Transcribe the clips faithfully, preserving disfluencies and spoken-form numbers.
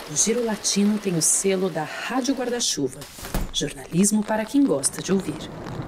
O Giro Latino tem o selo da Rádio Guarda-Chuva. Jornalismo para quem gosta de ouvir.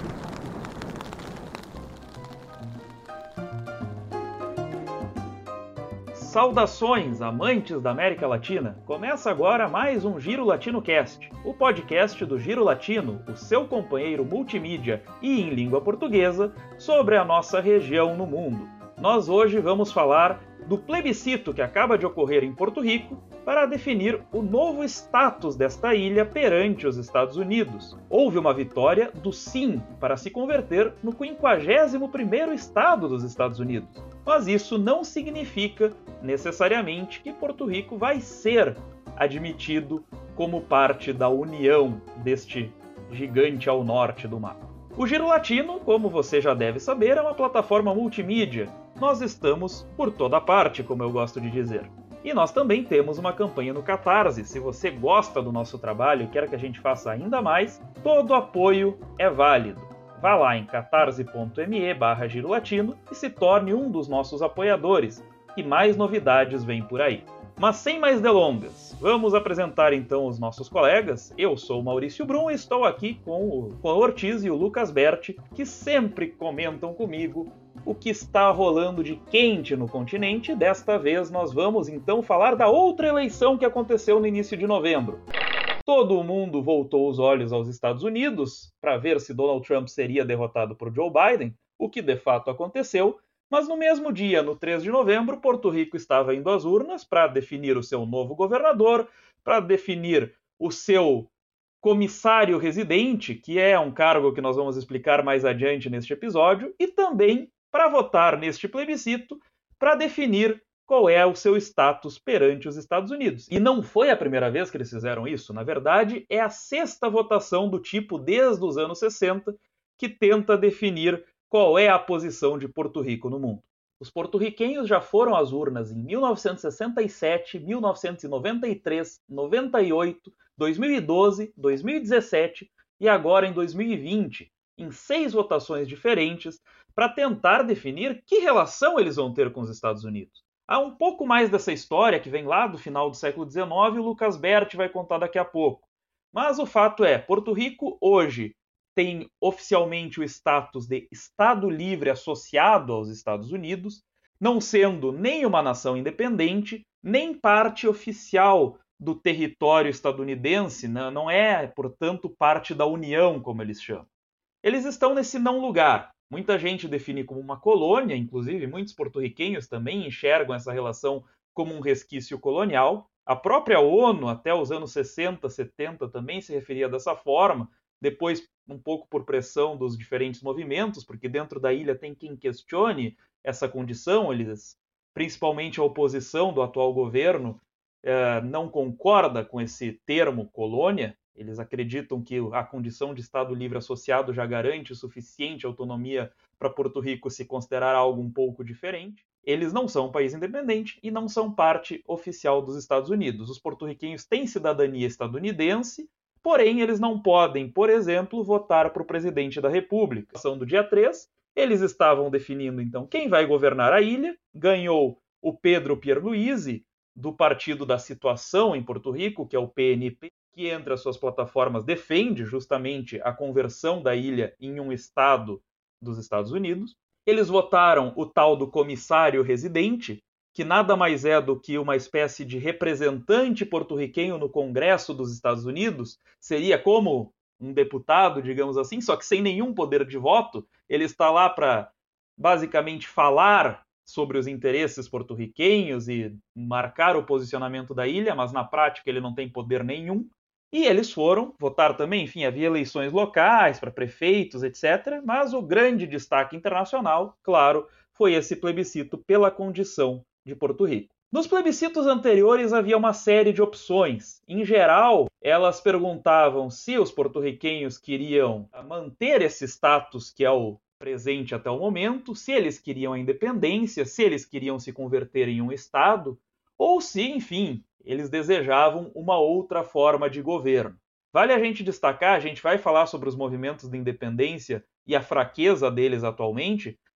Saudações, amantes da América Latina! Começa agora mais um Giro Latino Cast, o podcast do Giro Latino, o seu companheiro multimídia e em língua portuguesa sobre a nossa região no mundo. Nós hoje vamos falar do plebiscito que acaba de ocorrer em Porto Rico para definir o novo status desta ilha perante os Estados Unidos. Houve uma vitória do sim para se converter no quinquagésimo primeiro estado dos Estados Unidos. Mas isso não significa necessariamente que Porto Rico vai ser admitido como parte da união deste gigante ao norte do mapa. O Giro Latino, como você já deve saber, é uma plataforma multimídia. Nós estamos por toda parte, como eu gosto de dizer. E nós também temos uma campanha no Catarse. Se você gosta do nosso trabalho e quer que a gente faça ainda mais, todo apoio é válido. Vá lá em catarse.me barra Giro Latino e se torne um dos nossos apoiadores, que mais novidades vêm por aí. Mas sem mais delongas, vamos apresentar então os nossos colegas. Eu sou o Maurício Brum e estou aqui com o Juan Ortiz e o Lucas Berti, que sempre comentam comigo o que está rolando de quente no continente. Desta vez nós vamos então falar da outra eleição que aconteceu no início de novembro. Todo mundo voltou os olhos aos Estados Unidos para ver se Donald Trump seria derrotado por Joe Biden, o que de fato aconteceu, mas no mesmo dia, no três de novembro, Porto Rico estava indo às urnas para definir o seu novo governador, para definir o seu comissário residente, que é um cargo que nós vamos explicar mais adiante neste episódio, e também para votar neste plebiscito para definir qual é o seu status perante os Estados Unidos. E não foi a primeira vez que eles fizeram isso. Na verdade, é a sexta votação do tipo desde os anos sessenta que tenta definir qual é a posição de Porto Rico no mundo. Os porto-riquenhos já foram às urnas em mil novecentos e sessenta e sete, mil novecentos e noventa e três, noventa e oito, dois mil e doze, dois mil e dezessete e agora em dois mil e vinte, em seis votações diferentes, para tentar definir que relação eles vão ter com os Estados Unidos. Há um pouco mais dessa história que vem lá do final do século dezenove, o Lucas Berti vai contar daqui a pouco. Mas o fato é, Porto Rico hoje tem oficialmente o status de Estado livre associado aos Estados Unidos, não sendo nem uma nação independente, nem parte oficial do território estadunidense, não é, portanto, parte da União, como eles chamam. Eles estão nesse não lugar. Muita gente define como uma colônia, inclusive muitos porto-riquenhos também enxergam essa relação como um resquício colonial. A própria ONU, até os anos sessenta, setenta, também se referia dessa forma, depois um pouco por pressão dos diferentes movimentos, porque dentro da ilha tem quem questione essa condição, eles, principalmente a oposição do atual governo, eh, não concorda com esse termo colônia. Eles acreditam que a condição de Estado livre associado já garante suficiente autonomia para Porto Rico se considerar algo um pouco diferente. Eles não são um país independente e não são parte oficial dos Estados Unidos. Os porto-riquenhos têm cidadania estadunidense, porém eles não podem, por exemplo, votar para o presidente da República. Na ação do dia três, eles estavam definindo então quem vai governar a ilha. Ganhou o Pedro Pierluisi, do Partido da Situação em Porto Rico, que é o P N P, que entre as suas plataformas defende justamente a conversão da ilha em um estado dos Estados Unidos. Eles votaram o tal do comissário residente, que nada mais é do que uma espécie de representante porto-riquenho no Congresso dos Estados Unidos, seria como um deputado, digamos assim, só que sem nenhum poder de voto. Ele está lá para basicamente falar sobre os interesses porto-riquenhos e marcar o posicionamento da ilha, mas na prática ele não tem poder nenhum. E eles foram votar também, enfim, havia eleições locais para prefeitos, etcétera. Mas o grande destaque internacional, claro, foi esse plebiscito pela condição de Porto Rico. Nos plebiscitos anteriores havia uma série de opções. Em geral, elas perguntavam se os porto-riquenhos queriam manter esse status que é o presente até o momento, se eles queriam a independência, se eles queriam se converter em um estado, ou se, enfim, eles desejavam uma outra forma de governo. Vale a gente destacar, a gente vai falar sobre os movimentos de independência e a fraqueza deles atualmente,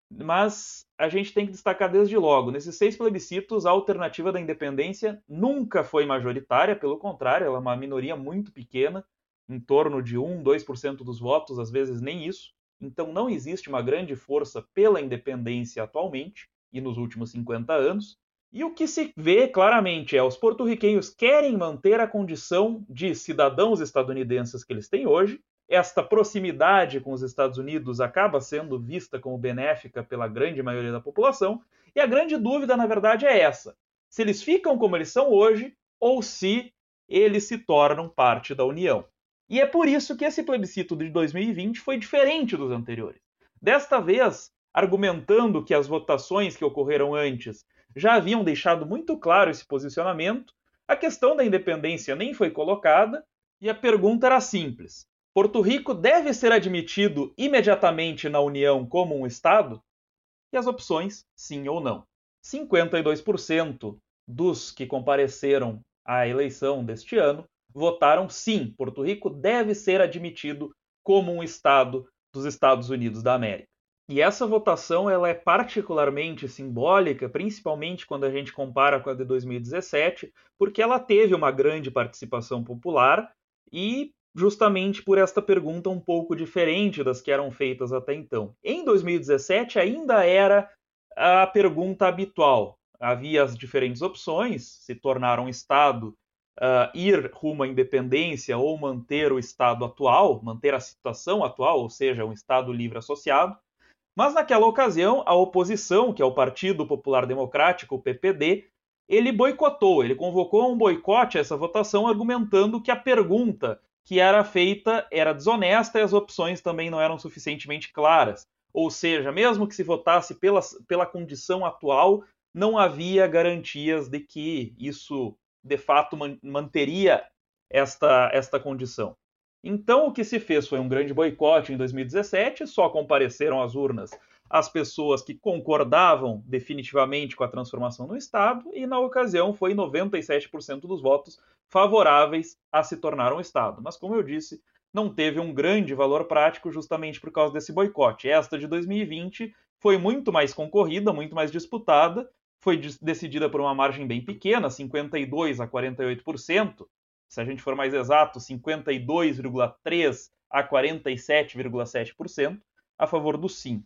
Mas a gente tem que destacar desde logo, nesses seis plebiscitos, a alternativa da independência nunca foi majoritária, pelo contrário, ela é uma minoria muito pequena, em torno de um, dois por cento dos votos, às vezes nem isso. Então não existe uma grande força pela independência atualmente e nos últimos cinquenta anos. E o que se vê claramente é os porto-riquenhos querem manter a condição de cidadãos estadunidenses que eles têm hoje. Esta proximidade com os Estados Unidos acaba sendo vista como benéfica pela grande maioria da população. E a grande dúvida, na verdade, é essa: se eles ficam como eles são hoje ou se eles se tornam parte da União. E é por isso que esse plebiscito de dois mil e vinte foi diferente dos anteriores. Desta vez, argumentando que as votações que ocorreram antes já haviam deixado muito claro esse posicionamento, a questão da independência nem foi colocada e a pergunta era simples: Porto Rico deve ser admitido imediatamente na União como um Estado? E as opções, sim ou não. cinquenta e dois por cento dos que compareceram à eleição deste ano votaram sim, Porto Rico deve ser admitido como um Estado dos Estados Unidos da América. E essa votação ela é particularmente simbólica, principalmente quando a gente compara com a de dois mil e dezessete, porque ela teve uma grande participação popular e justamente por esta pergunta um pouco diferente das que eram feitas até então. Em dois mil e dezessete ainda era a pergunta habitual. Havia as diferentes opções, se tornar um Estado, uh, ir rumo à independência ou manter o Estado atual, manter a situação atual, ou seja, um Estado livre associado. Mas naquela ocasião, a oposição, que é o Partido Popular Democrático, o P P D, ele boicotou, ele convocou um boicote a essa votação, argumentando que a pergunta que era feita era desonesta e as opções também não eram suficientemente claras. Ou seja, mesmo que se votasse pela, pela condição atual, não havia garantias de que isso, de fato, man, manteria esta, esta condição. Então, o que se fez foi um grande boicote em dois mil e dezessete, só compareceram às urnas as pessoas que concordavam definitivamente com a transformação no Estado, e na ocasião foi noventa e sete por cento dos votos favoráveis a se tornar um Estado. Mas, como eu disse, não teve um grande valor prático justamente por causa desse boicote. Esta de dois mil e vinte foi muito mais concorrida, muito mais disputada, foi decidida por uma margem bem pequena, cinquenta e dois a quarenta e oito por cento. Se a gente for mais exato, cinquenta e dois vírgula três a quarenta e sete vírgula sete por cento a favor do sim.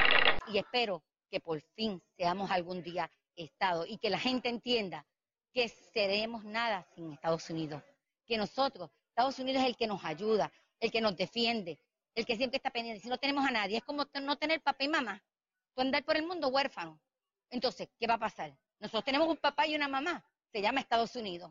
Y espero que por fin seamos algún día Estado y que la gente entienda que seremos nada sin Estados Unidos. Que nosotros, Estados Unidos es el que nos ayuda, el que nos defiende, el que siempre está pendiente. Si no tenemos a nadie, es como no tener papá y mamá. Tú andar por el mundo huérfano. Entonces, ¿qué va a pasar? Nosotros tenemos un papá y una mamá. Se llama Estados Unidos.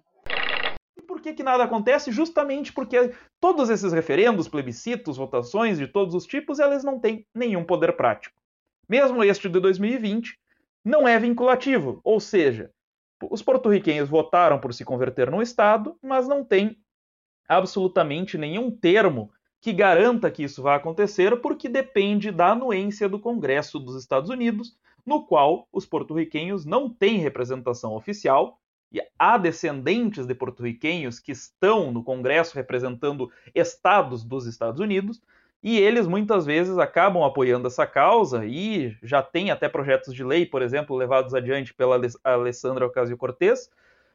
E por que que nada acontece? Justamente porque todos esses referendos, plebiscitos, votações de todos os tipos, elas não têm nenhum poder prático. Mesmo este de dois mil e vinte não é vinculativo, ou seja, os porto-riquenhos votaram por se converter num Estado, mas não tem absolutamente nenhum termo que garanta que isso vai acontecer, porque depende da anuência do Congresso dos Estados Unidos, no qual os porto-riquenhos não têm representação oficial, e há descendentes de porto-riquenhos que estão no Congresso representando estados dos Estados Unidos, e eles muitas vezes acabam apoiando essa causa e já tem até projetos de lei, por exemplo, levados adiante pela Alessandra Ocasio-Cortez,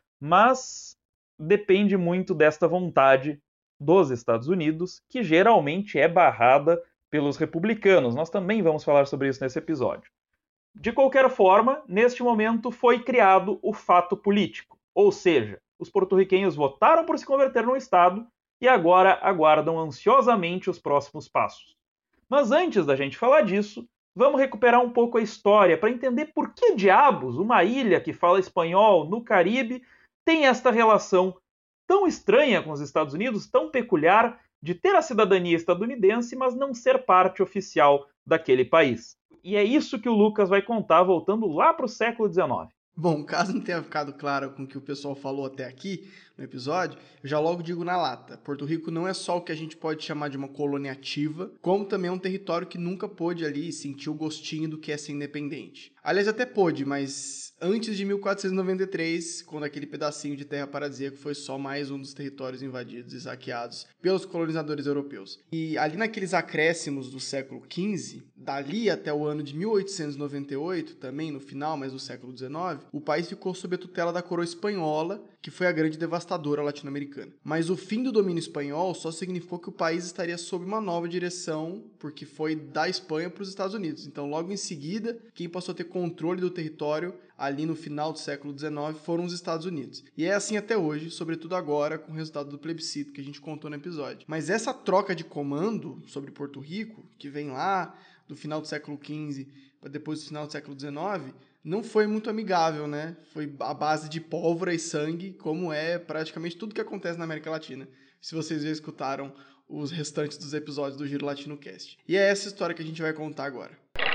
mas depende muito desta vontade dos Estados Unidos, que geralmente é barrada pelos republicanos. Nós também vamos falar sobre isso nesse episódio. De qualquer forma, neste momento foi criado o fato político, ou seja, os porto-riquenhos votaram por se converter num Estado e agora aguardam ansiosamente os próximos passos. Mas antes da gente falar disso, vamos recuperar um pouco a história para entender por que diabos uma ilha que fala espanhol no Caribe tem esta relação tão estranha com os Estados Unidos, tão peculiar, de ter a cidadania estadunidense, mas não ser parte oficial daquele país. E é isso que o Lucas vai contar, voltando lá para o século dezenove. Bom, caso não tenha ficado claro com o que o pessoal falou até aqui no episódio, eu já logo digo na lata. Porto Rico não é só o que a gente pode chamar de uma colônia ativa, como também é um território que nunca pôde ali sentir o gostinho do que é ser independente. Aliás, até pôde, mas antes de mil quatrocentos e noventa e três, quando aquele pedacinho de terra paradisíaca foi só mais um dos territórios invadidos e saqueados pelos colonizadores europeus. E ali naqueles acréscimos do século quinze, dali até o ano de mil oitocentos e noventa e oito, também no final, mas do século dezenove, o país ficou sob a tutela da coroa espanhola, que foi a grande devastadora latino-americana. Mas o fim do domínio espanhol só significou que o país estaria sob uma nova direção, porque foi da Espanha para os Estados Unidos. Então, logo em seguida, quem passou a ter controle do território ali no final do século dezenove foram os Estados Unidos. E é assim até hoje, sobretudo agora com o resultado do plebiscito que a gente contou no episódio. Mas essa troca de comando sobre Porto Rico, que vem lá do final do século quinze para depois do final do século dezenove, não foi muito amigável, né? Foi a base de pólvora e sangue, como é praticamente tudo que acontece na América Latina, se vocês já escutaram os restantes dos episódios do Giro Latino Cast. E é essa história que a gente vai contar agora.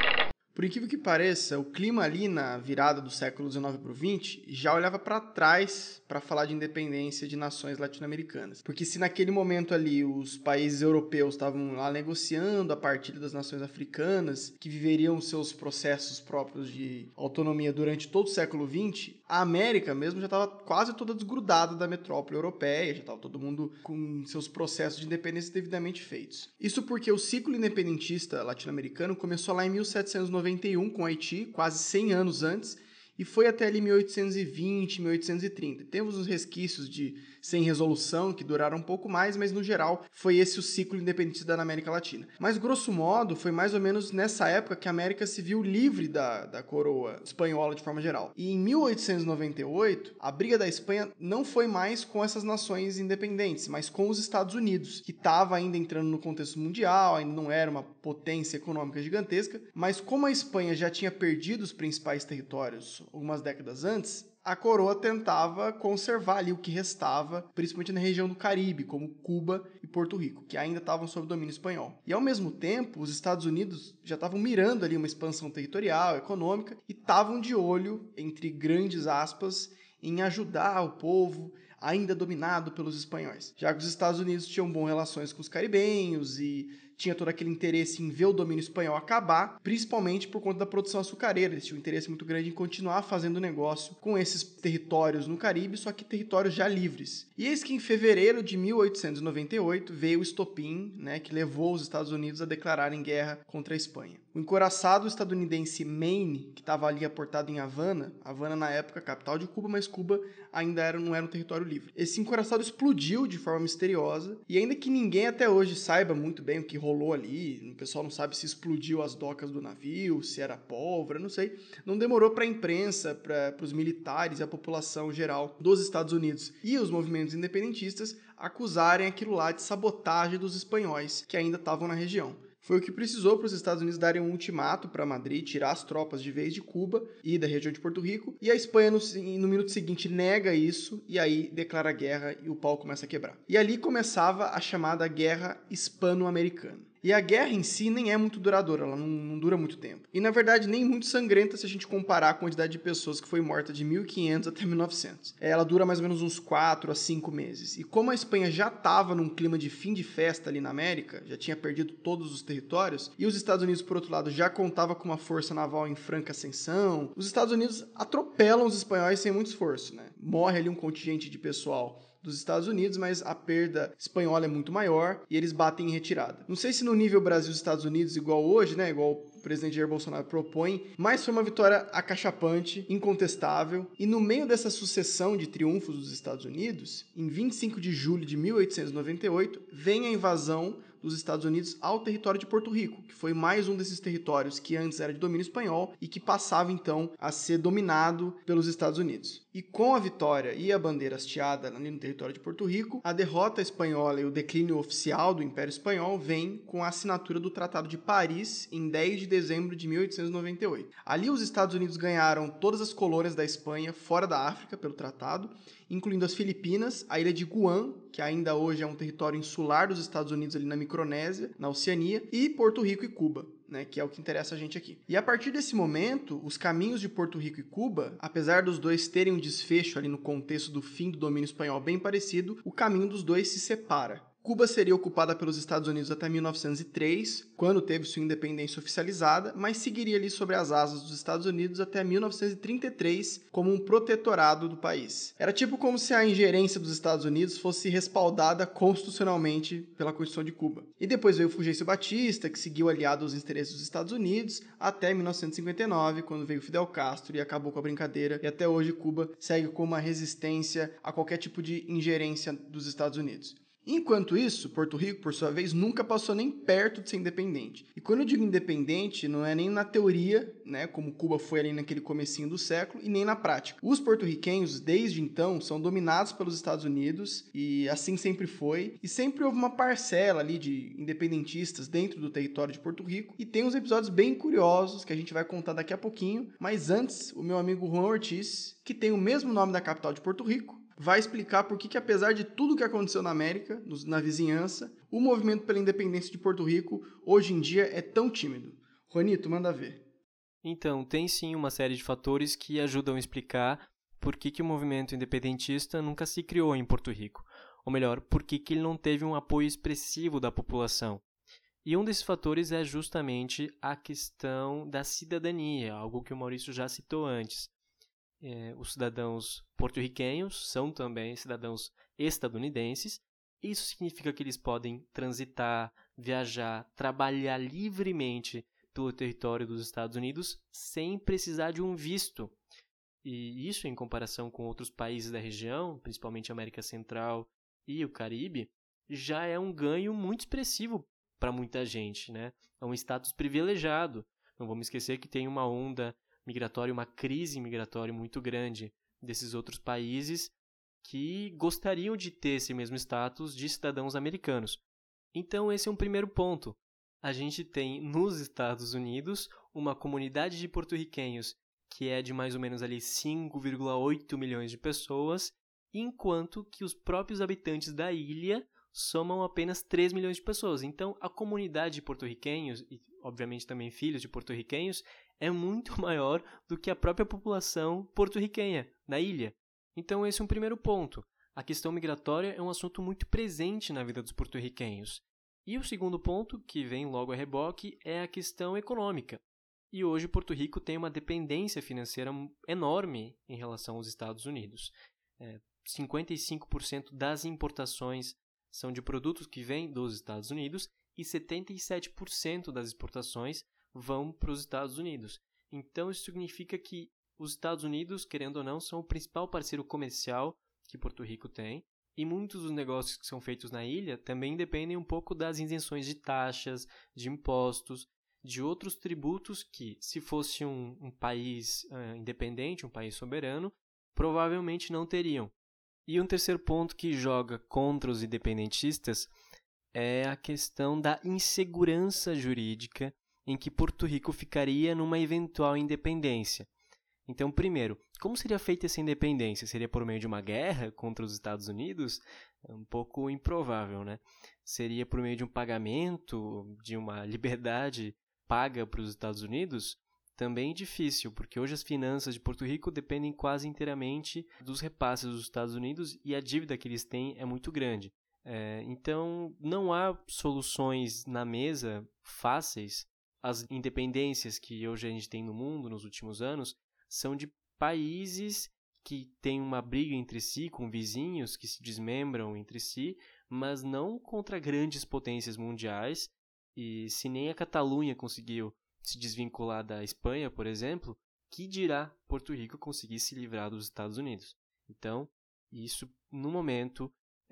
Por incrível que pareça, o clima ali na virada do século dezenove para o vinte já olhava para trás para falar de independência de nações latino-americanas. Porque se naquele momento ali os países europeus estavam lá negociando a partilha das nações africanas, que viveriam seus processos próprios de autonomia durante todo o século vinte, a América mesmo já estava quase toda desgrudada da metrópole europeia, já estava todo mundo com seus processos de independência devidamente feitos. Isso porque o ciclo independentista latino-americano começou lá em mil setecentos e noventa e um com Haiti, quase cem anos antes, e foi até ali mil oitocentos e vinte, mil oitocentos e trinta. Temos uns resquícios de sem resolução que duraram um pouco mais, mas no geral foi esse o ciclo independentista na América Latina. Mas grosso modo foi mais ou menos nessa época que a América se viu livre da, da coroa espanhola de forma geral. E em mil oitocentos e noventa e oito, a briga da Espanha não foi mais com essas nações independentes, mas com os Estados Unidos, que estava ainda entrando no contexto mundial, ainda não era uma potência econômica gigantesca, mas como a Espanha já tinha perdido os principais territórios algumas décadas antes, a coroa tentava conservar ali o que restava, principalmente na região do Caribe, como Cuba e Porto Rico, que ainda estavam sob domínio espanhol. E ao mesmo tempo, os Estados Unidos já estavam mirando ali uma expansão territorial, econômica, e estavam de olho, entre grandes aspas, em ajudar o povo ainda dominado pelos espanhóis. Já que os Estados Unidos tinham boas relações com os caribenhos e tinha todo aquele interesse em ver o domínio espanhol acabar, principalmente por conta da produção açucareira. Eles tinham um interesse muito grande em continuar fazendo negócio com esses territórios no Caribe, só que territórios já livres. E eis que em fevereiro de mil oitocentos e noventa e oito veio o estopim, né, que levou os Estados Unidos a declararem guerra contra a Espanha. O encouraçado estadunidense Maine, que estava ali aportado em Havana, Havana na época capital de Cuba, mas Cuba ainda era, não era um território livre. Esse encouraçado explodiu de forma misteriosa, e ainda que ninguém até hoje saiba muito bem o que rolou ali, o pessoal não sabe se explodiu as docas do navio, se era pólvora, não sei, não demorou para a imprensa, para os militares e a população geral dos Estados Unidos e os movimentos independentistas acusarem aquilo lá de sabotagem dos espanhóis que ainda estavam na região. Foi o que precisou para os Estados Unidos darem um ultimato para Madrid, tirar as tropas de vez de Cuba e da região de Porto Rico, e a Espanha no, no minuto seguinte nega isso, e aí declara guerra e o pau começa a quebrar. E ali começava a chamada Guerra Hispano-Americana. E a guerra em si nem é muito duradoura, ela não, não dura muito tempo. E na verdade nem muito sangrenta se a gente comparar a quantidade de pessoas que foi morta de mil e quinhentos até mil e novecentos. Ela dura mais ou menos uns quatro a cinco meses. E como a Espanha já estava num clima de fim de festa ali na América, já tinha perdido todos os territórios, e os Estados Unidos, por outro lado, já contava com uma força naval em franca ascensão, os Estados Unidos atropelam os espanhóis sem muito esforço, né? Morre ali um contingente de pessoal dos Estados Unidos, mas a perda espanhola é muito maior e eles batem em retirada. Não sei se no nível Brasil e Estados Unidos igual hoje, né, igual o presidente Jair Bolsonaro propõe, mas foi uma vitória acachapante, incontestável, e no meio dessa sucessão de triunfos dos Estados Unidos, em vinte e cinco de julho de mil oitocentos e noventa e oito, vem a invasão dos Estados Unidos ao território de Porto Rico, que foi mais um desses territórios que antes era de domínio espanhol e que passava então a ser dominado pelos Estados Unidos. E com a vitória e a bandeira hasteada ali no território de Porto Rico, a derrota espanhola e o declínio oficial do Império Espanhol vem com a assinatura do Tratado de Paris em dez de dezembro de mil oitocentos e noventa e oito. Ali os Estados Unidos ganharam todas as colônias da Espanha fora da África pelo tratado, incluindo as Filipinas, a ilha de Guam, que ainda hoje é um território insular dos Estados Unidos ali na Micronésia, na Oceania, e Porto Rico e Cuba, né, que é o que interessa a gente aqui. E a partir desse momento, os caminhos de Porto Rico e Cuba, apesar dos dois terem um desfecho ali no contexto do fim do domínio espanhol bem parecido, o caminho dos dois se separa. Cuba seria ocupada pelos Estados Unidos até mil novecentos e três, quando teve sua independência oficializada, mas seguiria ali sobre as asas dos Estados Unidos até mil novecentos e trinta e três como um protetorado do país. Era tipo como se a ingerência dos Estados Unidos fosse respaldada constitucionalmente pela Constituição de Cuba. E depois veio Fulgêncio Batista, que seguiu aliado aos interesses dos Estados Unidos, até mil novecentos e cinquenta e nove, quando veio Fidel Castro e acabou com a brincadeira, e até hoje Cuba segue com uma resistência a qualquer tipo de ingerência dos Estados Unidos. Enquanto isso, Porto Rico, por sua vez, nunca passou nem perto de ser independente. E quando eu digo independente, não é nem na teoria, né, como Cuba foi ali naquele comecinho do século, e nem na prática. Os porto-riquenhos, desde então, são dominados pelos Estados Unidos, e assim sempre foi. E sempre houve uma parcela ali de independentistas dentro do território de Porto Rico, e tem uns episódios bem curiosos que a gente vai contar daqui a pouquinho. Mas antes, o meu amigo Juan Ortiz, que tem o mesmo nome da capital de Porto Rico, vai explicar por que, que apesar de tudo que aconteceu na América, na vizinhança, o movimento pela independência de Porto Rico, hoje em dia, é tão tímido. Juanito, manda ver. Então, tem sim uma série de fatores que ajudam a explicar por que, que o movimento independentista nunca se criou em Porto Rico. Ou melhor, por que, que ele não teve um apoio expressivo da população. E um desses fatores é justamente a questão da cidadania, algo que o Maurício já citou antes. É, os cidadãos porto-riquenhos são também cidadãos estadunidenses. Isso significa que eles podem transitar, viajar, trabalhar livremente pelo território dos Estados Unidos sem precisar de um visto. E isso, em comparação com outros países da região, principalmente a América Central e o Caribe, já é um ganho muito expressivo para muita gente, né? É um status privilegiado. Não vamos esquecer que tem uma onda migratória, uma crise migratória muito grande desses outros países que gostariam de ter esse mesmo status de cidadãos americanos. Então esse é um primeiro ponto. A gente tem nos Estados Unidos uma comunidade de porto-riquenhos que é de mais ou menos ali cinco vírgula oito milhões de pessoas, enquanto que os próprios habitantes da ilha somam apenas três milhões de pessoas. Então a comunidade de porto-riquenhos, e obviamente também filhos de porto-riquenhos, é muito maior do que a própria população porto-riquenha na ilha. Então esse é um primeiro ponto. A questão migratória é um assunto muito presente na vida dos porto-riquenhos. E o segundo ponto, que vem logo a reboque, é a questão econômica. E hoje Porto Rico tem uma dependência financeira enorme em relação aos Estados Unidos. É, cinquenta e cinco por cento das importações são de produtos que vêm dos Estados Unidos e setenta e sete por cento das exportações vão para os Estados Unidos. Então isso significa que os Estados Unidos, querendo ou não, são o principal parceiro comercial que Porto Rico tem, e muitos dos negócios que são feitos na ilha também dependem um pouco das isenções de taxas, de impostos, de outros tributos que, se fosse um, um país uh, independente, um país soberano, provavelmente não teriam. E um terceiro ponto que joga contra os independentistas é a questão da insegurança jurídica em que Porto Rico ficaria numa eventual independência. Então, primeiro, como seria feita essa independência? Seria por meio de uma guerra contra os Estados Unidos? É um pouco improvável, né? Seria por meio de um pagamento, de uma liberdade paga para os Estados Unidos? Também difícil, porque hoje as finanças de Porto Rico dependem quase inteiramente dos repasses dos Estados Unidos e a dívida que eles têm é muito grande. É, então, não há soluções na mesa fáceis. As independências que hoje a gente tem no mundo nos últimos anos são de países que têm uma briga entre si, com vizinhos que se desmembram entre si, mas não contra grandes potências mundiais. E se nem a Catalunha conseguiu se desvincular da Espanha, por exemplo, que dirá Porto Rico conseguir se livrar dos Estados Unidos? Então, isso, no momento,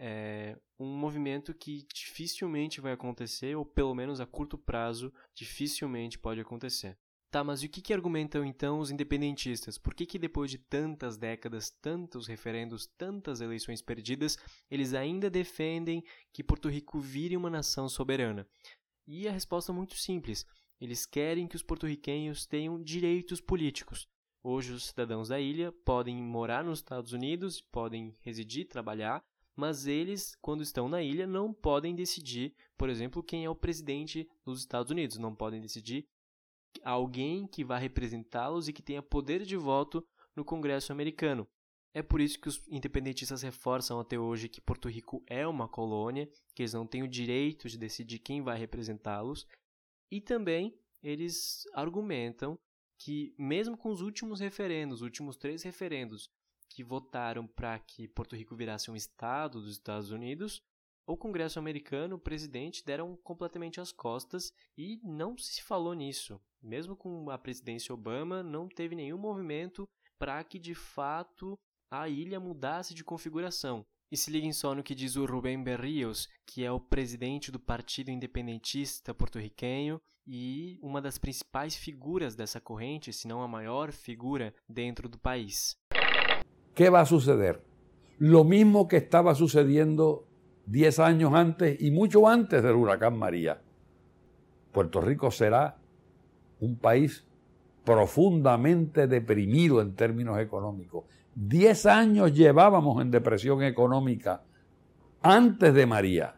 é um movimento que dificilmente vai acontecer, ou pelo menos a curto prazo, dificilmente pode acontecer. Tá, mas e o que, que argumentam então os independentistas? Por que que depois de tantas décadas, tantos referendos, tantas eleições perdidas, eles ainda defendem que Porto Rico vire uma nação soberana? E a resposta é muito simples. Eles querem que os porto-riquenhos tenham direitos políticos. Hoje os cidadãos da ilha podem morar nos Estados Unidos, podem residir, trabalhar, mas eles, quando estão na ilha, não podem decidir, por exemplo, quem é o presidente dos Estados Unidos, não podem decidir alguém que vá representá-los e que tenha poder de voto no Congresso americano. É por isso que os independentistas reforçam até hoje que Porto Rico é uma colônia, que eles não têm o direito de decidir quem vai representá-los, e também eles argumentam que mesmo com os últimos referendos, os últimos três referendos que votaram para que Porto Rico virasse um estado dos Estados Unidos, o Congresso americano, o presidente, deram completamente as costas e não se falou nisso. Mesmo com a presidência Obama, não teve nenhum movimento para que, de fato, a ilha mudasse de configuração. E se liguem só no que diz o Rubén Berríos, que é o presidente do Partido Independentista porto-riquenho e uma das principais figuras dessa corrente, se não a maior figura dentro do país. ¿Qué va a suceder? Lo mismo que estaba sucediendo diez años antes y mucho antes del huracán María. Puerto Rico será un país profundamente deprimido en términos económicos. Diez años llevábamos en depresión económica antes de María.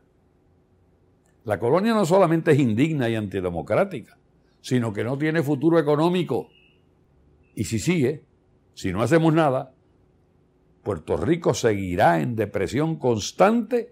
La colonia no solamente es indigna y antidemocrática, sino que no tiene futuro económico. Y si sigue, si no hacemos nada, Puerto Rico seguirá en depresión constante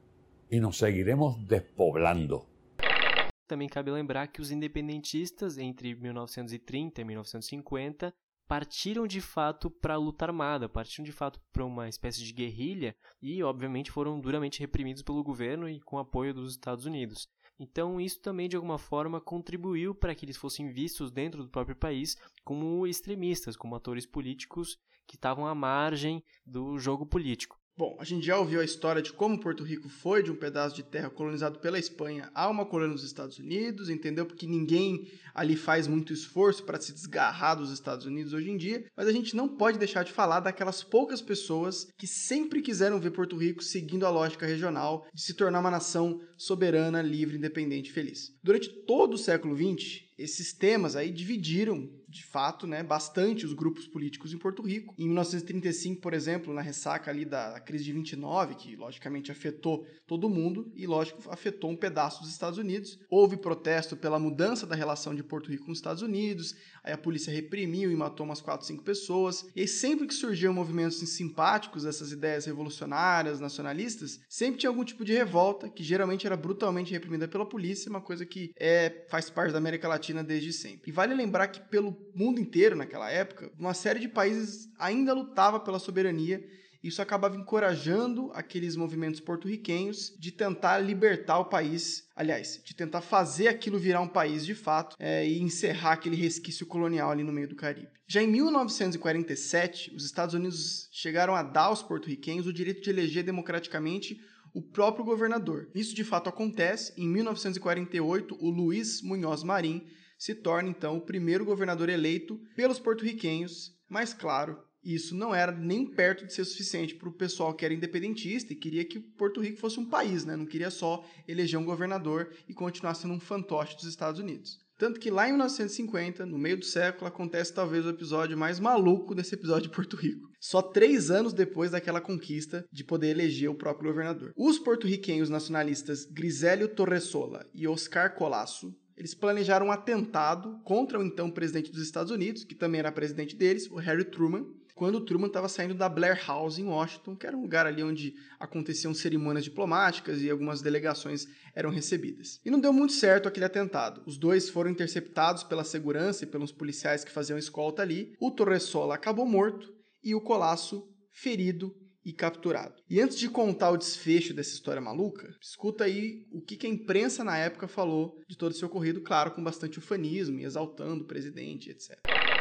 e nos seguiremos despoblando. Também cabe lembrar que os independentistas, entre mil novecentos e trinta e mil novecentos e cinquenta, partiram de fato para a luta armada, partiram de fato para uma espécie de guerrilha e, obviamente, foram duramente reprimidos pelo governo e com apoio dos Estados Unidos. Então, isso também, de alguma forma, contribuiu para que eles fossem vistos dentro do próprio país como extremistas, como atores políticos que estavam à margem do jogo político. Bom, a gente já ouviu a história de como Porto Rico foi de um pedaço de terra colonizado pela Espanha a uma colônia dos Estados Unidos, entendeu? Porque ninguém ali faz muito esforço para se desgarrar dos Estados Unidos hoje em dia, mas a gente não pode deixar de falar daquelas poucas pessoas que sempre quiseram ver Porto Rico seguindo a lógica regional de se tornar uma nação soberana, livre, independente e feliz. Durante todo o século vinte, esses temas aí dividiram, de fato, né, bastante os grupos políticos em Porto Rico. Em mil novecentos e trinta e cinco, por exemplo, na ressaca ali da crise de vinte e nove, que logicamente afetou todo mundo e, lógico, afetou um pedaço dos Estados Unidos, houve protesto pela mudança da relação de Porto Rico com os Estados Unidos, aí a polícia reprimiu e matou umas quatro, cinco pessoas, e aí sempre que surgiam movimentos simpáticos dessas ideias revolucionárias, nacionalistas, sempre tinha algum tipo de revolta, que geralmente era brutalmente reprimida pela polícia, uma coisa que é, faz parte da América Latina desde sempre. E vale lembrar que pelo mundo inteiro naquela época, uma série de países ainda lutava pela soberania. Isso acabava encorajando aqueles movimentos porto-riquenhos de tentar libertar o país, aliás, de tentar fazer aquilo virar um país de fato é, e encerrar aquele resquício colonial ali no meio do Caribe. Já em mil novecentos e quarenta e sete, os Estados Unidos chegaram a dar aos porto-riquenhos o direito de eleger democraticamente o próprio governador. Isso de fato acontece. Em mil novecentos e quarenta e oito, o Luiz Munhoz Marim se torna, então, o primeiro governador eleito pelos porto-riquenhos, mas, claro, isso não era nem perto de ser suficiente para o pessoal que era independentista e queria que Porto Rico fosse um país, né? Não queria só eleger um governador e continuar sendo um fantoche dos Estados Unidos. Tanto que lá em mil novecentos e cinquenta, no meio do século, acontece talvez o episódio mais maluco desse episódio de Porto Rico. Só três anos depois daquela conquista de poder eleger o próprio governador. Os porto-riquenhos nacionalistas Grisélio Torresola e Oscar Colasso, eles planejaram um atentado contra o então presidente dos Estados Unidos, que também era presidente deles, o Harry Truman, quando o Truman estava saindo da Blair House em Washington, que era um lugar ali onde aconteciam cerimônias diplomáticas e algumas delegações eram recebidas. E não deu muito certo aquele atentado. Os dois foram interceptados pela segurança e pelos policiais que faziam escolta ali. O Torresola acabou morto e o Colasso ferido e capturado. E antes de contar o desfecho dessa história maluca, escuta aí o que a imprensa na época falou de todo esse ocorrido, claro, com bastante ufanismo e exaltando o presidente, etcétera.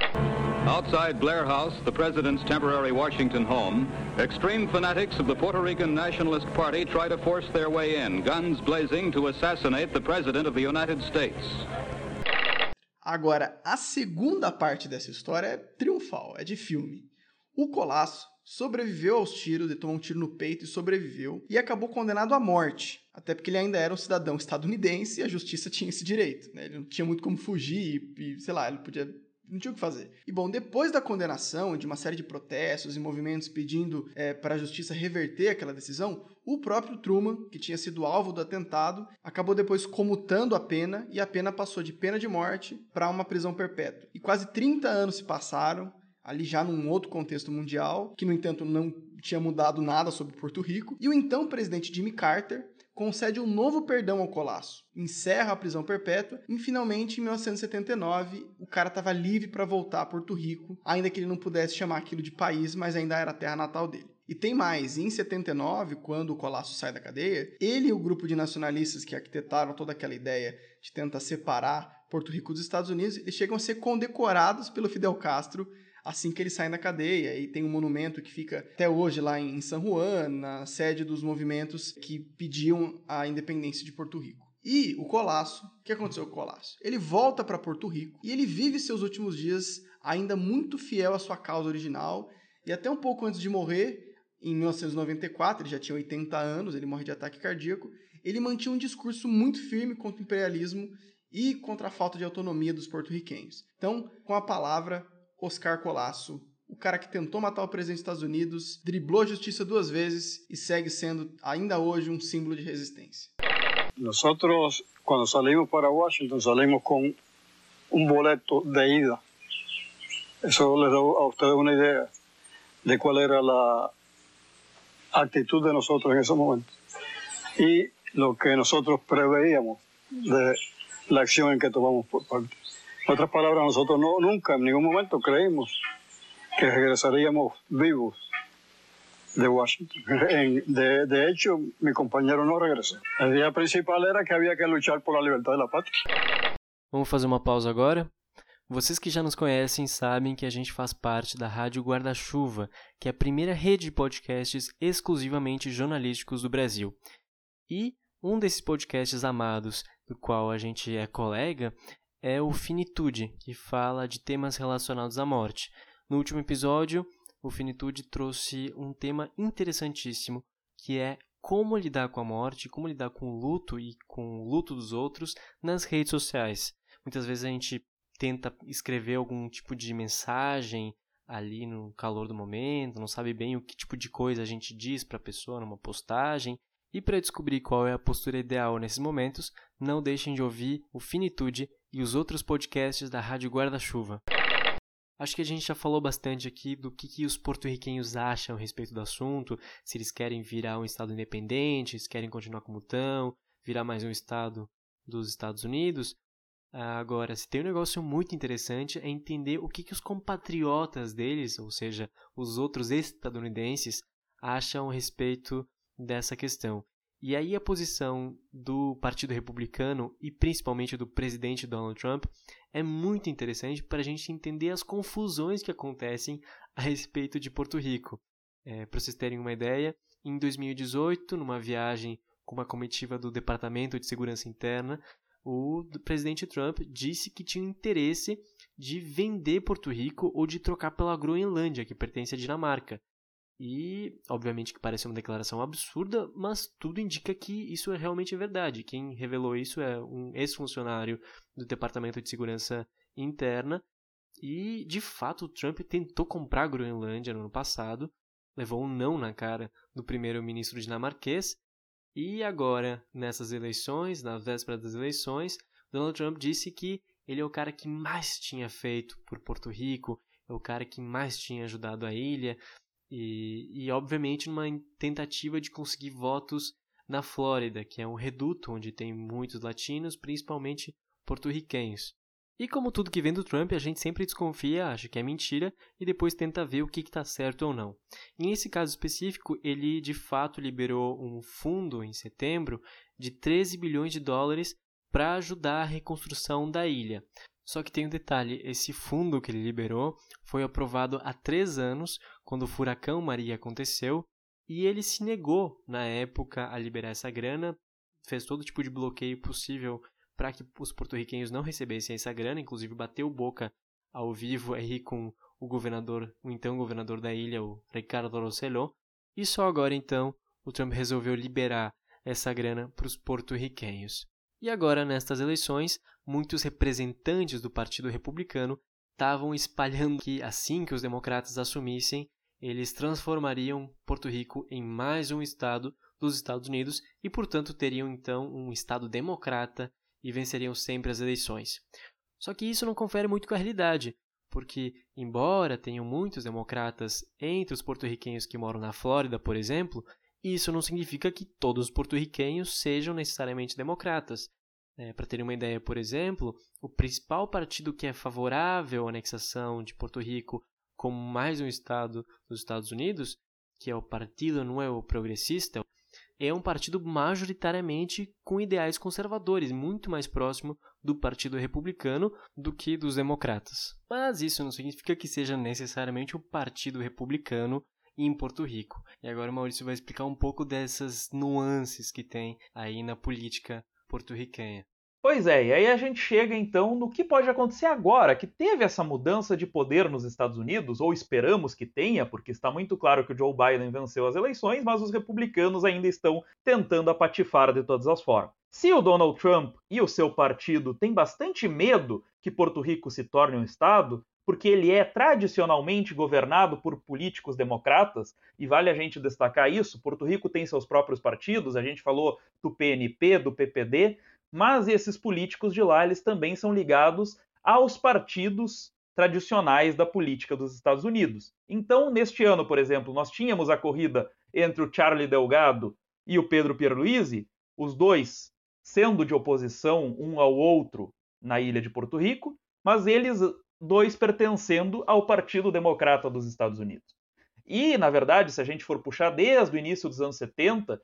Outside Blair House, the president's temporary Washington home, extreme fanatics of the Puerto Rican Nationalist Party try to force their way in, guns blazing to assassinate the president of the United States. Agora, a segunda parte dessa história é triunfal, é de filme. O Colasso sobreviveu aos tiros, ele tomou um tiro no peito e sobreviveu, e acabou condenado à morte, até porque ele ainda era um cidadão estadunidense e a justiça tinha esse direito, né? Ele não tinha muito como fugir e, e, sei lá, ele podia... não tinha o que fazer. E bom, depois da condenação, de uma série de protestos e movimentos pedindo é, para a justiça reverter aquela decisão, o próprio Truman, que tinha sido alvo do atentado, acabou depois comutando a pena, e a pena passou de pena de morte para uma prisão perpétua. E quase trinta anos se passaram, ali já num outro contexto mundial, que no entanto não tinha mudado nada sobre Porto Rico, e o então presidente Jimmy Carter concede um novo perdão ao Colasso, encerra a prisão perpétua e finalmente, em mil novecentos e setenta e nove, o cara estava livre para voltar a Porto Rico, ainda que ele não pudesse chamar aquilo de país, mas ainda era a terra natal dele. E tem mais, em setenta e nove, quando o Colasso sai da cadeia, ele e o grupo de nacionalistas que arquitetaram toda aquela ideia de tentar separar Porto Rico dos Estados Unidos, eles chegam a ser condecorados pelo Fidel Castro assim que eles saem da cadeia, e tem um monumento que fica até hoje lá em San Juan, na sede dos movimentos que pediam a independência de Porto Rico. E o Colasso, o que aconteceu com o Colasso? Ele volta para Porto Rico e ele vive seus últimos dias ainda muito fiel à sua causa original, e até um pouco antes de morrer, em mil novecentos e noventa e quatro, ele já tinha oitenta anos, ele morre de ataque cardíaco, ele mantinha um discurso muito firme contra o imperialismo e contra a falta de autonomia dos porto-riquenhos. Então, com a palavra, Oscar Colasso, o cara que tentou matar o presidente dos Estados Unidos, driblou a justiça duas vezes e segue sendo, ainda hoje, um símbolo de resistência. Nosotros, cuando salimos para Washington, salimos con un boleto de ida. Eso les da a ustedes una idea de cuál era la actitud de nosotros en ese momento y lo que nosotros preveíamos de la acción en que tomamos por parte. En otras palabras, nosotros no, nunca, en ningún momento creímos que regresaríamos vivos de Washington. En, de, de hecho, mi compañero no regresó. La idea principal era que había que luchar por la libertad de la patria. Vamos fazer uma pausa agora? Vocês que já nos conhecem sabem que a gente faz parte da Rádio Guarda-Chuva, que é a primeira rede de podcasts exclusivamente jornalísticos do Brasil. E um desses podcasts amados, do qual a gente é colega, é o Finitude, que fala de temas relacionados à morte. No último episódio, o Finitude trouxe um tema interessantíssimo, que é como lidar com a morte, como lidar com o luto e com o luto dos outros nas redes sociais. Muitas vezes a gente tenta escrever algum tipo de mensagem ali no calor do momento, não sabe bem o que tipo de coisa a gente diz para a pessoa numa postagem. E para descobrir qual é a postura ideal nesses momentos, não deixem de ouvir o Finitude e os outros podcasts da Rádio Guarda-Chuva. Acho que a gente já falou bastante aqui do que, que os porto-riquenhos acham a respeito do assunto, se eles querem virar um estado independente, se querem continuar como estão, virar mais um estado dos Estados Unidos. Agora, se tem um negócio muito interessante é entender o que, que os compatriotas deles, ou seja, os outros estadunidenses, acham a respeito dessa questão. E aí a posição do Partido Republicano e principalmente do presidente Donald Trump é muito interessante para a gente entender as confusões que acontecem a respeito de Porto Rico. É, para vocês terem uma ideia, em dois mil e dezoito, numa viagem com uma comitiva do Departamento de Segurança Interna, o presidente Trump disse que tinha interesse de vender Porto Rico ou de trocar pela Groenlândia, que pertence à Dinamarca. E, obviamente, que parece uma declaração absurda, mas tudo indica que isso é realmente verdade. Quem revelou isso é um ex-funcionário do Departamento de Segurança Interna. E, de fato, o Trump tentou comprar a Groenlândia no ano passado, levou um não na cara do primeiro-ministro dinamarquês. E agora, nessas eleições, na véspera das eleições, Donald Trump disse que ele é o cara que mais tinha feito por Porto Rico, é o cara que mais tinha ajudado a ilha. E, e, obviamente, numa tentativa de conseguir votos na Flórida, que é um reduto onde tem muitos latinos, principalmente porto-riquenhos. E como tudo que vem do Trump, a gente sempre desconfia, acha que é mentira, e depois tenta ver o que está certo ou não. E nesse caso específico, ele de fato liberou um fundo em setembro de treze bilhões de dólares para ajudar a reconstrução da ilha. Só que tem um detalhe, esse fundo que ele liberou foi aprovado há três anos, quando o furacão Maria aconteceu, e ele se negou, na época, a liberar essa grana, fez todo tipo de bloqueio possível para que os porto-riquenhos não recebessem essa grana, inclusive bateu boca ao vivo aí com o governador, o então governador da ilha, o Ricardo Rosselló, e só agora então o Trump resolveu liberar essa grana para os porto-riquenhos. E agora, nestas eleições, muitos representantes do Partido Republicano estavam espalhando que, assim que os democratas assumissem, eles transformariam Porto Rico em mais um estado dos Estados Unidos e, portanto, teriam então um estado democrata e venceriam sempre as eleições. Só que isso não confere muito com a realidade, porque, embora tenham muitos democratas entre os porto-riquenhos que moram na Flórida, por exemplo, isso não significa que todos os porto-riquenhos sejam necessariamente democratas. É, para terem uma ideia, por exemplo, o principal partido que é favorável à anexação de Porto Rico como mais um estado dos Estados Unidos, que é o Partido Nuevo Progressista, é um partido majoritariamente com ideais conservadores, muito mais próximo do Partido Republicano do que dos democratas. Mas isso não significa que seja necessariamente o Partido Republicano em Porto Rico. E agora o Maurício vai explicar um pouco dessas nuances que tem aí na política porto-riquenha. Pois é, e aí a gente chega então no que pode acontecer agora, que teve essa mudança de poder nos Estados Unidos, ou esperamos que tenha, porque está muito claro que o Joe Biden venceu as eleições, mas os republicanos ainda estão tentando a patifara de todas as formas. Se o Donald Trump e o seu partido têm bastante medo que Porto Rico se torne um estado, porque ele é tradicionalmente governado por políticos democratas, e vale a gente destacar isso, Porto Rico tem seus próprios partidos, a gente falou do P N P, do P P D, mas esses políticos de lá, eles também são ligados aos partidos tradicionais da política dos Estados Unidos. Então, neste ano, por exemplo, nós tínhamos a corrida entre o Charlie Delgado e o Pedro Pierluisi, os dois sendo de oposição um ao outro na ilha de Porto Rico, mas eles dois pertencendo ao Partido Democrata dos Estados Unidos. E, na verdade, se a gente for puxar desde o início dos anos setenta,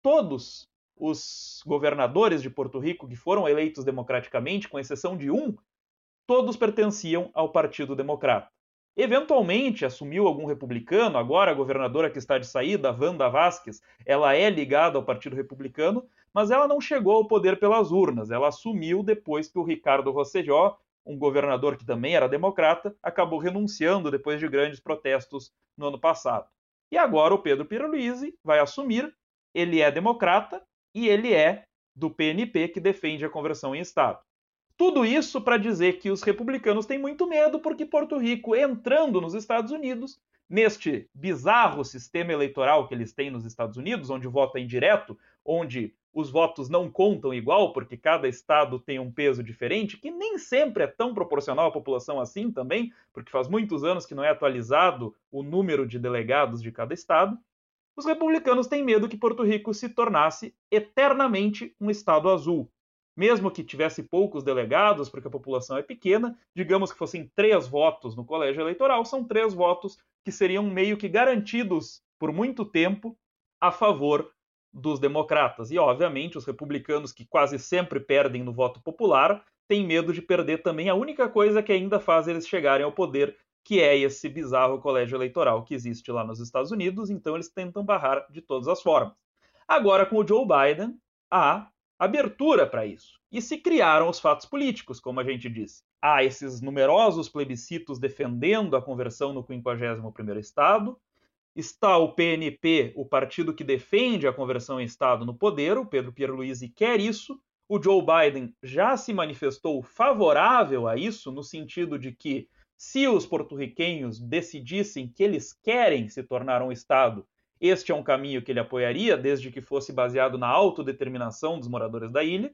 todos os governadores de Porto Rico que foram eleitos democraticamente, com exceção de um, todos pertenciam ao Partido Democrata. Eventualmente assumiu algum republicano, agora a governadora que está de saída, Wanda Vázquez, ela é ligada ao Partido Republicano, mas ela não chegou ao poder pelas urnas, ela assumiu depois que o Ricardo Rosselló, um governador que também era democrata, acabou renunciando depois de grandes protestos no ano passado. E agora o Pedro Pierluisi vai assumir, ele é democrata, e ele é do P N P, que defende a conversão em Estado. Tudo isso para dizer que os republicanos têm muito medo porque Porto Rico, entrando nos Estados Unidos, neste bizarro sistema eleitoral que eles têm nos Estados Unidos, onde o voto é indireto, onde os votos não contam igual, porque cada estado tem um peso diferente, que nem sempre é tão proporcional à população assim também, porque faz muitos anos que não é atualizado o número de delegados de cada estado. Os republicanos têm medo que Porto Rico se tornasse eternamente um estado azul. Mesmo que tivesse poucos delegados, porque a população é pequena, digamos que fossem três votos no colégio eleitoral, são três votos que seriam meio que garantidos por muito tempo a favor dos democratas. E, obviamente, os republicanos, que quase sempre perdem no voto popular, têm medo de perder também a única coisa que ainda faz eles chegarem ao poder, que é esse bizarro colégio eleitoral que existe lá nos Estados Unidos, então eles tentam barrar de todas as formas. Agora, com o Joe Biden, há abertura para isso. E se criaram os fatos políticos, como a gente disse. Há esses numerosos plebiscitos defendendo a conversão no quinquagésimo primeiro Estado, está o P N P, o partido que defende a conversão em Estado, no poder, o Pedro Pierluisi quer isso, o Joe Biden já se manifestou favorável a isso, no sentido de que se os porto-riquenhos decidissem que eles querem se tornar um Estado, este é um caminho que ele apoiaria, desde que fosse baseado na autodeterminação dos moradores da ilha.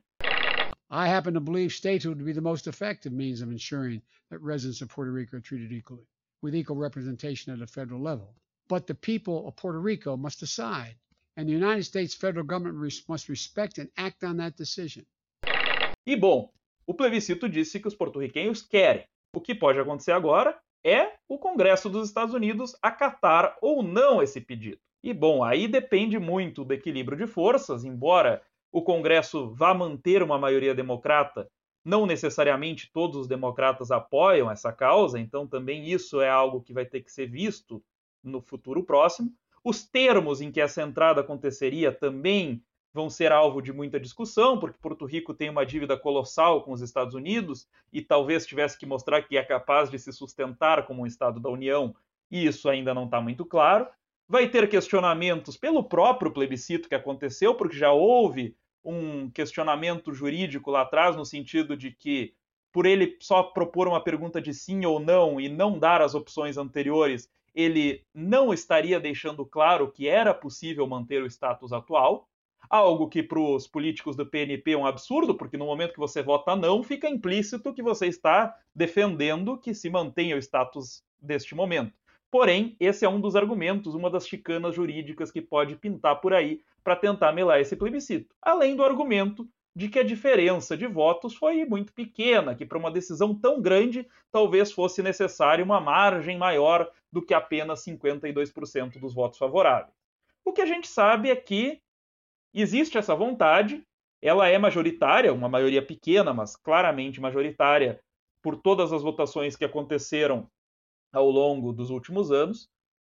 I happen to believe statehood to be the most effective means of ensuring that residents of Puerto Rico are treated equally, with equal representation at a federal level. But the people of Puerto Rico must decide, and the United States federal government must respect and act on that decision. E bom, o plebiscito disse que os porto-riquenhos querem. O que pode acontecer agora é o Congresso dos Estados Unidos acatar ou não esse pedido. E bom, aí depende muito do equilíbrio de forças, embora o Congresso vá manter uma maioria democrata, não necessariamente todos os democratas apoiam essa causa, então também isso é algo que vai ter que ser visto no futuro próximo. Os termos em que essa entrada aconteceria também vão ser alvo de muita discussão, porque Porto Rico tem uma dívida colossal com os Estados Unidos e talvez tivesse que mostrar que é capaz de se sustentar como um Estado da União, e isso ainda não está muito claro. Vai ter questionamentos pelo próprio plebiscito que aconteceu, porque já houve um questionamento jurídico lá atrás, no sentido de que, por ele só propor uma pergunta de sim ou não e não dar as opções anteriores, ele não estaria deixando claro que era possível manter o status atual. algo que para os políticos do P N P é um absurdo, porque no momento que você vota não, fica implícito que você está defendendo que se mantenha o status deste momento. Porém, esse é um dos argumentos, uma das chicanas jurídicas que pode pintar por aí para tentar melar esse plebiscito. Além do argumento de que a diferença de votos foi muito pequena, que para uma decisão tão grande talvez fosse necessária uma margem maior do que apenas cinquenta e dois por cento dos votos favoráveis. O que a gente sabe é que existe essa vontade, ela é majoritária, uma maioria pequena, mas claramente majoritária, por todas as votações que aconteceram ao longo dos últimos anos,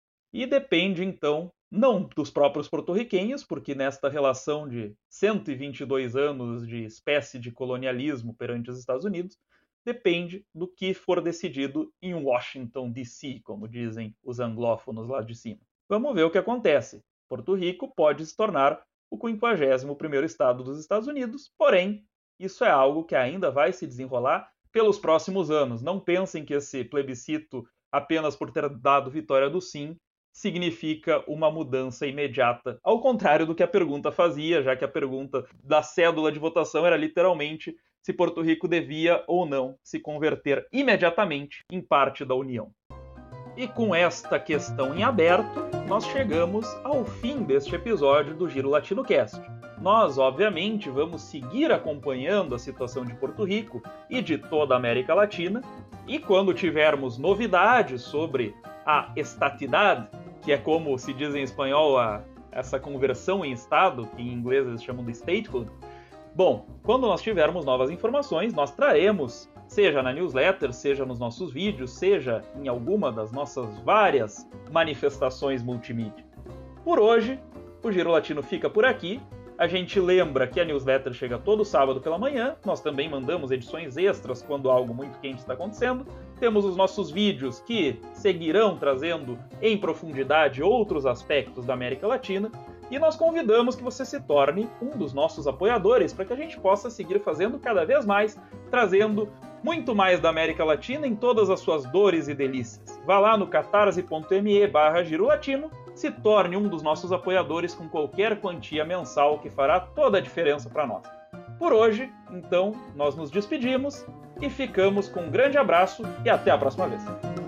e depende, então, não dos próprios porto-riquenhos, porque nesta relação de cento e vinte e dois anos de espécie de colonialismo perante os Estados Unidos, depende do que for decidido em Washington, D C, como dizem os anglófonos lá de cima. Vamos ver o que acontece. Porto Rico pode se tornar o quinquagésimo primeiro estado dos Estados Unidos, porém, isso é algo que ainda vai se desenrolar pelos próximos anos. Não pensem que esse plebiscito, apenas por ter dado vitória do sim, significa uma mudança imediata, ao contrário do que a pergunta fazia, já que a pergunta da cédula de votação era literalmente se Porto Rico devia ou não se converter imediatamente em parte da União. E com esta questão em aberto, nós chegamos ao fim deste episódio do Giro Latino Cast. Nós, obviamente, vamos seguir acompanhando a situação de Porto Rico e de toda a América Latina, e quando tivermos novidades sobre a estatidade, que é como se diz em espanhol a, essa conversão em estado, que em inglês eles chamam de statehood, bom, quando nós tivermos novas informações, nós traremos, seja na newsletter, seja nos nossos vídeos, seja em alguma das nossas várias manifestações multimídia. Por hoje, o Giro Latino fica por aqui. A gente lembra que a newsletter chega todo sábado pela manhã, nós também mandamos edições extras quando algo muito quente está acontecendo. Temos os nossos vídeos que seguirão trazendo em profundidade outros aspectos da América Latina. E nós convidamos que você se torne um dos nossos apoiadores para que a gente possa seguir fazendo cada vez mais, trazendo muito mais da América Latina em todas as suas dores e delícias. Vá lá no catarse.me barra Giro Latino, se torne um dos nossos apoiadores com qualquer quantia mensal que fará toda a diferença para nós. Por hoje, então, nós nos despedimos e ficamos com um grande abraço e até a próxima vez.